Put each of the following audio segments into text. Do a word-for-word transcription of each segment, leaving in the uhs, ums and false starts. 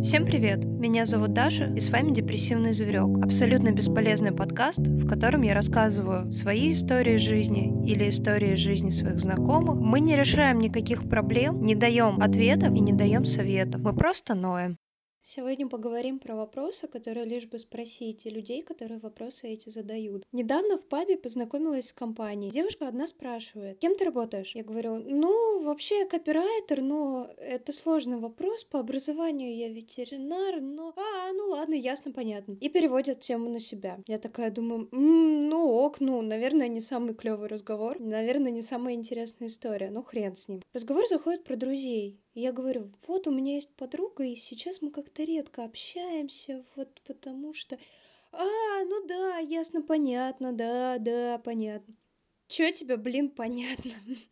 Всем привет! Меня зовут Даша, и с вами «Депрессивный зверек» — абсолютно бесполезный подкаст, в котором я рассказываю свои истории жизни или истории жизни своих знакомых. Мы не решаем никаких проблем, не даем ответов и не даем советов. Мы просто ноем. Сегодня поговорим про вопросы, которые лишь бы спросить, и людей, которые вопросы эти задают. Недавно в пабе познакомилась с компанией. Девушка одна спрашивает: кем ты работаешь? Я говорю: ну, вообще я копирайтер, но это сложный вопрос. По образованию я ветеринар, но... А, ну ладно, ясно, понятно. И переводят тему на себя. Я такая думаю: «М, ну ок, ну, наверное, не самый клевый разговор, наверное, не самая интересная история, ну хрен с ним». Разговор заходит про друзей. И я говорю: вот у меня есть подруга, и сейчас мы как-то редко общаемся, вот потому что... А, ну да, ясно, понятно, да, да, понятно. Чё тебе, блин, понятно?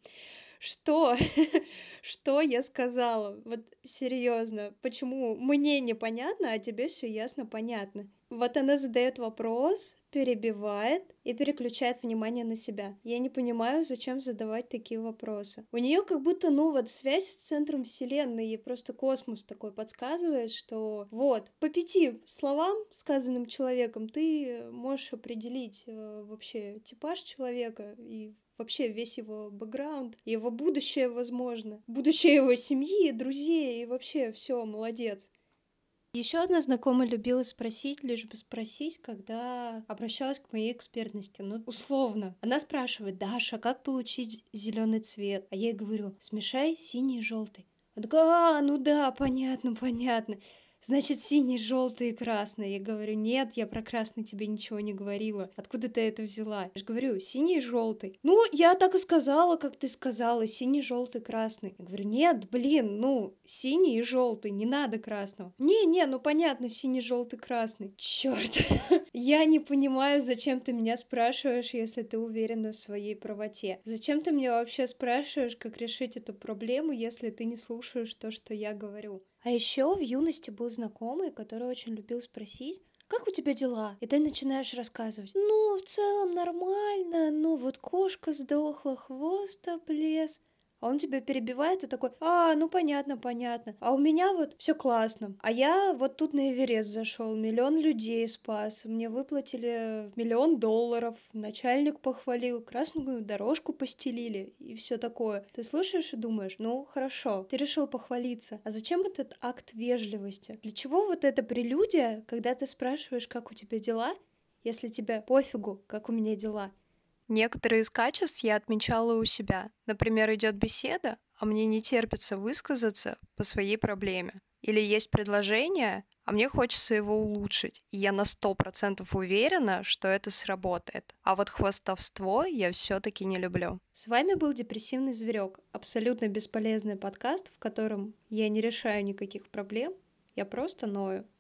Что? Что я сказала? Вот серьезно, почему мне непонятно, а тебе все ясно, понятно? Вот она задает вопрос, перебивает и переключает внимание на себя. Я не понимаю, зачем задавать такие вопросы. У нее как будто, ну вот, связь с центром вселенной, ей просто космос такой подсказывает, что вот, по пяти словам, сказанным человеком, ты можешь определить э, вообще типаж человека и вообще весь его бэкграунд, его будущее, возможно, будущее его семьи, друзей, и вообще все, молодец. Еще одна знакомая любила спросить, лишь бы спросить, когда обращалась к моей экспертности. Ну, условно. Она спрашивает: Даша, как получить зеленый цвет? А я ей говорю: смешай синий и желтый. Она такая: а, ну да, понятно, понятно. Значит, синий, желтый и красный. Я говорю: нет, я про красный тебе ничего не говорила. Откуда ты это взяла? Я же говорю: синий и желтый. Ну, я так и сказала, как ты сказала: синий, желтый, красный. Я говорю: нет, блин, ну, синий и желтый, не надо красного. Не-не, ну понятно, синий, желтый, красный. Черт. Я не понимаю, зачем ты меня спрашиваешь, если ты уверена в своей правоте. Зачем ты меня вообще спрашиваешь, как решить эту проблему, если ты не слушаешь то, что я говорю? А еще в юности был знакомый, который очень любил спросить: как у тебя дела? И ты начинаешь рассказывать: ну, в целом нормально, ну вот кошка сдохла, хвост облез. А он тебя перебивает и такой: а, ну понятно, понятно. А у меня вот все классно. А я вот тут на Эверест зашел, миллион людей спас, мне выплатили миллион долларов, начальник похвалил, красную дорожку постелили и все такое. Ты слушаешь и думаешь: ну хорошо, ты решил похвалиться. А зачем этот акт вежливости? Для чего вот эта прелюдия, когда ты спрашиваешь, как у тебя дела, если тебе пофигу, как у меня дела? Некоторые из качеств я отмечала у себя. Например, идет беседа, а мне не терпится высказаться по своей проблеме. Или есть предложение, а мне хочется его улучшить, и я на сто процентов уверена, что это сработает. А вот хвастовство я все-таки не люблю. С вами был «Депрессивный зверек», абсолютно бесполезный подкаст, в котором я не решаю никаких проблем, я просто ною.